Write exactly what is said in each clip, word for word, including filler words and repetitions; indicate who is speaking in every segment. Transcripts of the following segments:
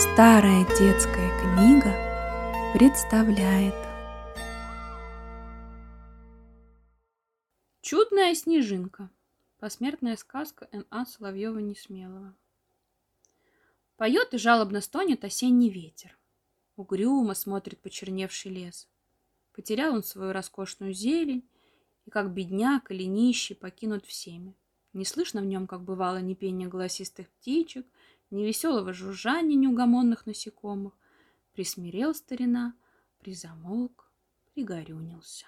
Speaker 1: Старая детская книга представляет
Speaker 2: Чудная снежинка. Посмертная сказка Н А Соловьева-Несмелого. Поет и жалобно стонет осенний ветер. Угрюмо смотрит почерневший лес. Потерял он свою роскошную зелень, и как бедняк или нищий покинут всеми. Не слышно в нем, как бывало, ни пения голосистых птичек, ни веселого жужжания неугомонных насекомых. Присмирел старина, призамолк, пригорюнился.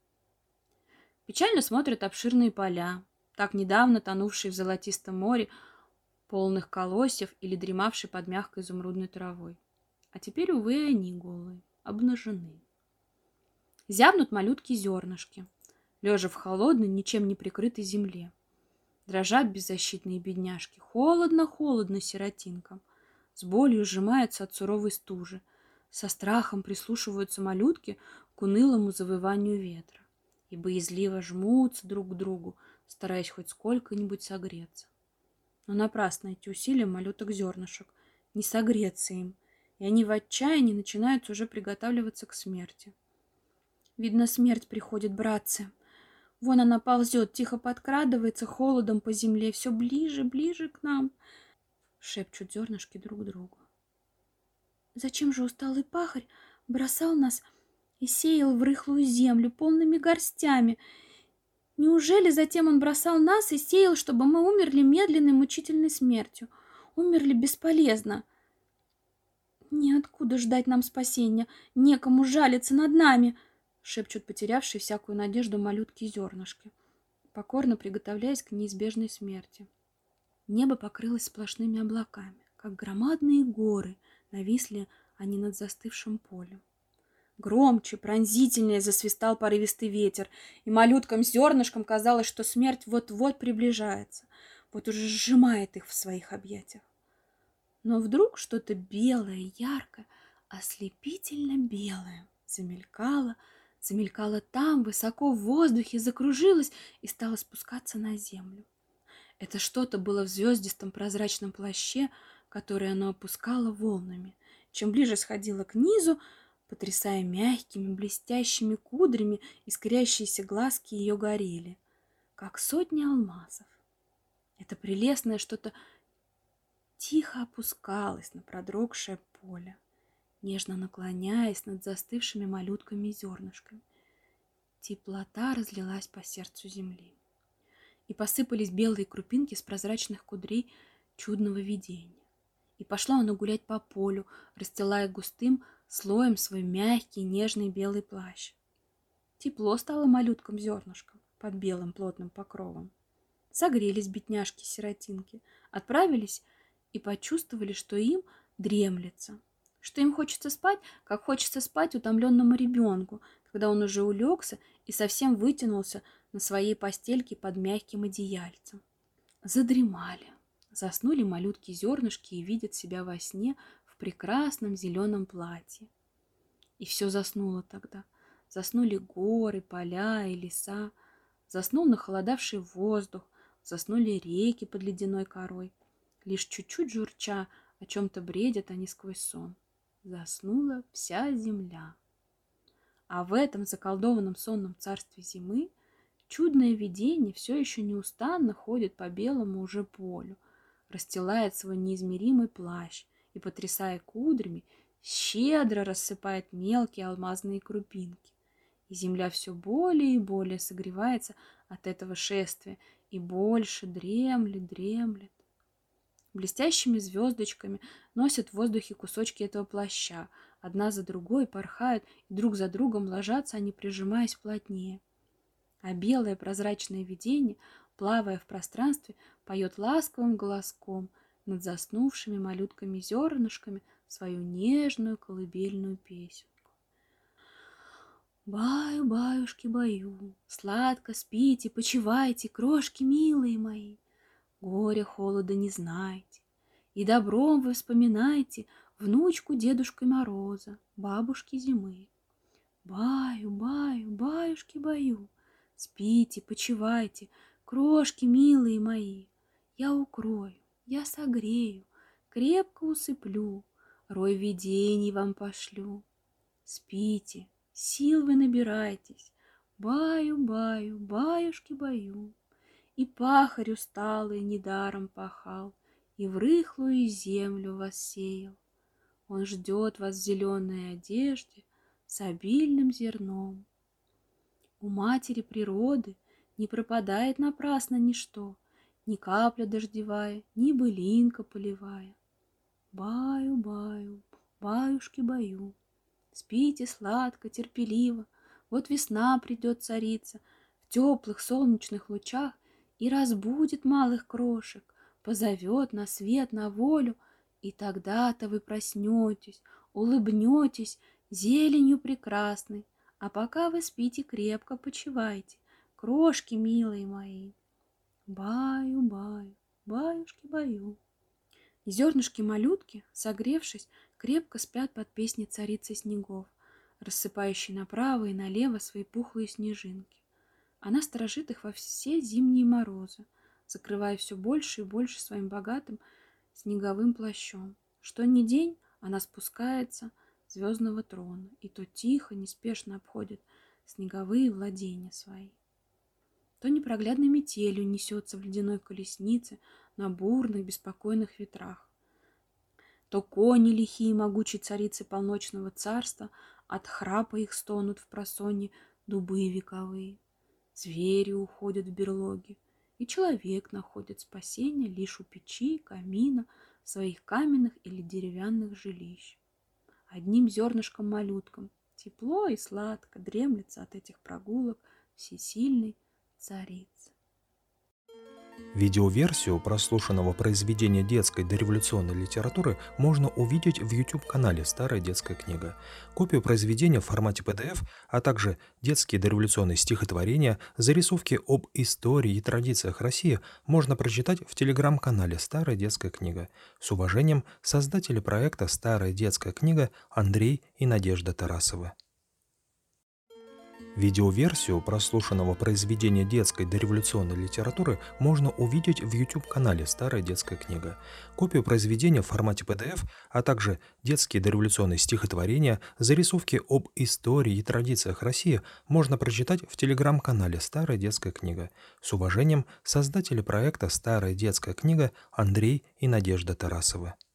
Speaker 2: Печально смотрят обширные поля, так недавно тонувшие в золотистом море, полных колосьев или дремавшие под мягкой изумрудной травой. А теперь, увы, они голые, обнажены. Зябнут малютки-зернышки, лежа в холодной, ничем не прикрытой земле. Дрожат беззащитные бедняжки. Холодно-холодно сиротинкам. С болью сжимаются от суровой стужи. Со страхом прислушиваются малютки к унылому завыванию ветра и боязливо жмутся друг к другу, стараясь хоть сколько-нибудь согреться. Но напрасно эти усилия малюток-зернышек. Не согреться им, и они в отчаянии начинают уже приготавливаться к смерти. Видно, смерть приходит, братцы. Вон она ползет, тихо подкрадывается холодом по земле, все ближе, ближе к нам, шепчут зернышки друг другу. Зачем же усталый пахарь бросал нас и сеял в рыхлую землю полными горстями? Неужели затем он бросал нас и сеял, чтобы мы умерли медленной мучительной смертью? Умерли бесполезно. Неоткуда ждать нам спасения, некому жалиться над нами, шепчут потерявшие всякую надежду малютки и зернышки, покорно приготовляясь к неизбежной смерти. Небо покрылось сплошными облаками, как громадные горы нависли они над застывшим полем. Громче, пронзительнее засвистал порывистый ветер, и малюткам-зернышкам казалось, что смерть вот-вот приближается, вот уже сжимает их в своих объятиях. Но вдруг что-то белое, яркое, ослепительно белое замелькало, замелькало там, высоко в воздухе, закружилось и стало спускаться на землю. Это что-то было в звездистом прозрачном плаще, который оно опускало волнами. Чем ближе сходило к низу, потрясая мягкими, блестящими кудрями, искрящиеся глазки ее горели, как сотни алмазов. Это прелестное что-то тихо опускалось на продрогшее поле, нежно наклоняясь над застывшими малютками и зернышками. Теплота разлилась по сердцу земли, и посыпались белые крупинки с прозрачных кудрей чудного видения. И пошло оно гулять по полю, расстилая густым слоем свой мягкий, нежный белый плащ. Тепло стало малюткам-зернышкам под белым плотным покровом. Согрелись бедняжки-сиротинки, отправились и почувствовали, что им дремлется, что им хочется спать, как хочется спать утомленному ребенку, когда он уже улегся и совсем вытянулся на своей постельке под мягким одеяльцем. Задремали, заснули малютки-зернышки и видят себя во сне в прекрасном зеленом платье. И все заснуло тогда. Заснули горы, поля и леса, заснул нахолодавший воздух, заснули реки под ледяной корой. Лишь чуть-чуть журча, о чем-то бредят они сквозь сон. Заснула вся земля. А в этом заколдованном сонном царстве зимы чудное видение все еще неустанно ходит по белому уже полю, расстилает свой неизмеримый плащ и, потрясая кудрями, щедро рассыпает мелкие алмазные крупинки. И земля все более и более согревается от этого шествия и больше дремлет, дремлет. Блестящими звездочками носят в воздухе кусочки этого плаща, одна за другой порхают, и друг за другом ложатся они, прижимаясь плотнее. А белое прозрачное видение, плавая в пространстве, поет ласковым голоском над заснувшими малютками-зернышками свою нежную колыбельную песенку. Баю, баюшки, баю, сладко спите, почивайте, крошки милые мои. Горя, холода не знайте, и добром вы вспоминайте внучку Дедушки Мороза, бабушки Зимы. Баю, баю, баюшки, баю, спите, почивайте, крошки милые мои. Я укрою, я согрею, крепко усыплю, рой видений вам пошлю. Спите, сил вы набирайтесь, баю-баю, баюшки-баю. И пахарь усталый недаром пахал, и в рыхлую землю вас сеял. Он ждет вас в зеленой одежде с обильным зерном. У матери природы не пропадает напрасно ничто, ни капля дождевая, ни былинка полевая. Баю-баю, баюшки-баю. Спите сладко, терпеливо, вот весна придет царица в теплых солнечных лучах и разбудит малых крошек, позовет на свет, на волю, и тогда-то вы проснетесь, улыбнетесь зеленью прекрасной, а пока вы спите крепко, почивайте, крошки милые мои. Баю-баю, баюшки-баю. И зернышки-малютки, согревшись, крепко спят под песни царицы снегов, рассыпающей направо и налево свои пухлые снежинки. Она сторожит их во все зимние морозы, закрывая все больше и больше своим богатым снеговым плащом. Что ни день она спускается с звездного трона и то тихо, неспешно обходит снеговые владения свои. То непроглядной метелью несется в ледяной колеснице на бурных, беспокойных ветрах. То кони лихие могучей царицы полночного царства от храпа их стонут в просонье дубы вековые. Звери уходят в берлоги, и человек находит спасение лишь у печи, камина, своих каменных или деревянных жилищ. Одним зернышком-малютком тепло и сладко дремлется от этих прогулок всесильной царицы.
Speaker 3: Видеоверсию прослушанного произведения детской дореволюционной литературы можно увидеть в YouTube-канале «Старая детская книга». Копию произведения в формате пи ди эф, а также детские дореволюционные стихотворения, зарисовки об истории и традициях России можно прочитать в телеграм-канале «Старая детская книга». С уважением, создатели проекта «Старая детская книга» Андрей и Надежда Тарасовы. Видеоверсию прослушанного произведения детской дореволюционной литературы можно увидеть в YouTube-канале «Старая детская книга». Копию произведения в формате пи ди эф, а также детские дореволюционные стихотворения, зарисовки об истории и традициях России можно прочитать в телеграм-канале «Старая детская книга». С уважением, создатели проекта «Старая детская книга» Андрей и Надежда Тарасовы.